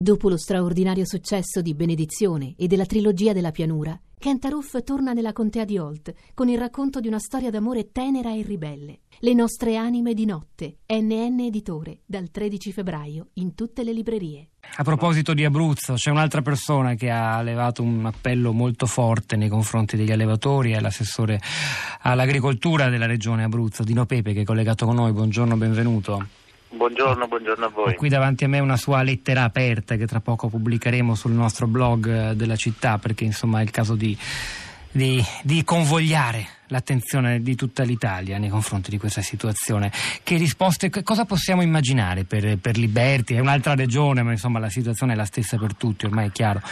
Dopo lo straordinario successo di Benedizione e della trilogia della pianura, Kent Aruf torna nella contea di Holt con il racconto di una storia d'amore tenera e ribelle. Le nostre anime di notte, NN Editore, dal 13 febbraio in tutte le librerie. A proposito di Abruzzo, c'è un'altra persona che ha levato un appello molto forte nei confronti degli allevatori, è l'assessore all'agricoltura della regione Abruzzo, Dino Pepe, che è collegato con noi. Buongiorno, benvenuto. Buongiorno a voi. Ho qui davanti a me una sua lettera aperta che tra poco pubblicheremo sul nostro blog della città, perché insomma è il caso di convogliare l'attenzione di tutta l'Italia nei confronti di questa situazione. Che risposte, cosa possiamo immaginare per Liberty? È un'altra regione, ma insomma la situazione è la stessa per tutti, ormai è chiaro.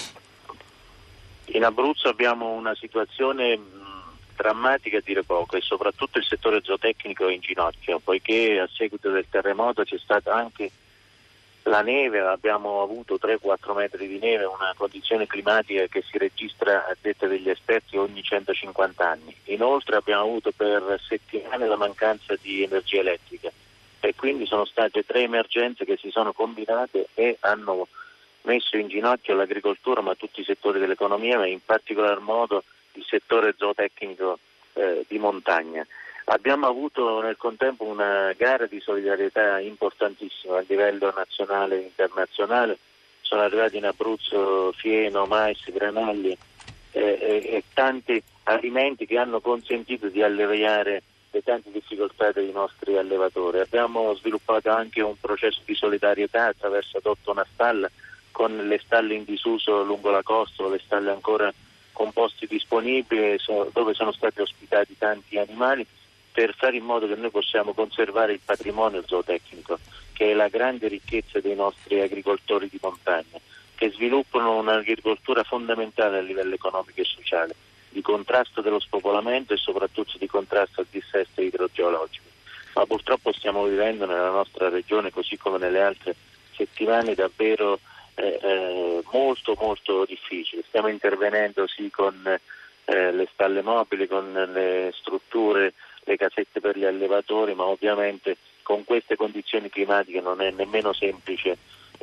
In Abruzzo abbiamo una situazione drammatica a dire poco, e soprattutto il settore zootecnico è in ginocchio, poiché a seguito del terremoto c'è stata anche la neve, abbiamo avuto 3-4 metri di neve, una condizione climatica che si registra a detta degli esperti ogni 150 anni. Inoltre abbiamo avuto per settimane la mancanza di energia elettrica e quindi sono state 3 emergenze che si sono combinate e hanno messo in ginocchio l'agricoltura, ma tutti i settori dell'economia, ma in particolar modo il settore zootecnico di montagna. Abbiamo avuto nel contempo una gara di solidarietà importantissima a livello nazionale e internazionale. Sono arrivati in Abruzzo fieno, mais, granagli e tanti alimenti che hanno consentito di alleviare le tante difficoltà dei nostri allevatori. Abbiamo sviluppato anche un processo di solidarietà attraverso adotto una stalla con le stalle in disuso lungo la costa, le stalle ancora con posti disponibili dove sono stati ospitati tanti animali, per fare in modo che noi possiamo conservare il patrimonio zootecnico, che è la grande ricchezza dei nostri agricoltori di montagna, che sviluppano un'agricoltura fondamentale a livello economico e sociale, di contrasto dello spopolamento e soprattutto di contrasto al dissesto idrogeologico. Ma purtroppo stiamo vivendo nella nostra regione, così come nelle altre, settimane davvero molto molto difficili. Stiamo intervenendo sì con le stalle mobili, con le strutture, le casette per gli allevatori, ma ovviamente con queste condizioni climatiche non è nemmeno semplice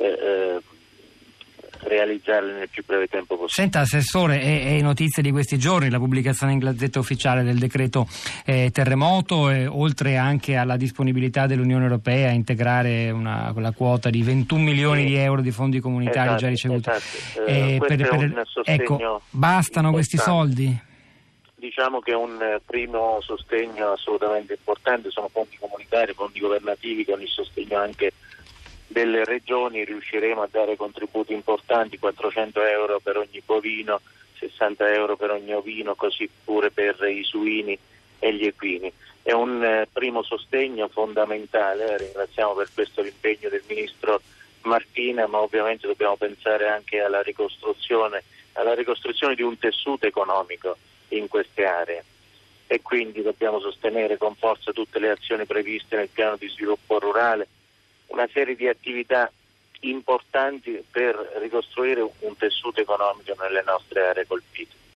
realizzarle nel più breve tempo possibile. Senta, Assessore, è notizie di questi giorni la pubblicazione in Gazzetta Ufficiale del decreto terremoto, oltre anche alla disponibilità dell'Unione Europea a integrare quella quota di 21 milioni di euro di fondi comunitari già ricevuti. Ecco, bastano questi soldi? Diciamo che un primo sostegno assolutamente importante sono fondi comunitari, fondi governativi, con il sostegno anche delle regioni riusciremo a dare contributi importanti, 400 euro per ogni bovino, 60 euro per ogni ovino, così pure per i suini e gli equini. È un primo sostegno fondamentale, ringraziamo per questo l'impegno del Ministro Martina, ma ovviamente dobbiamo pensare anche alla ricostruzione di un tessuto economico in queste aree e quindi dobbiamo sostenere con forza tutte le azioni previste nel piano di sviluppo rurale, una serie di attività importanti per ricostruire un tessuto economico nelle nostre aree colpite.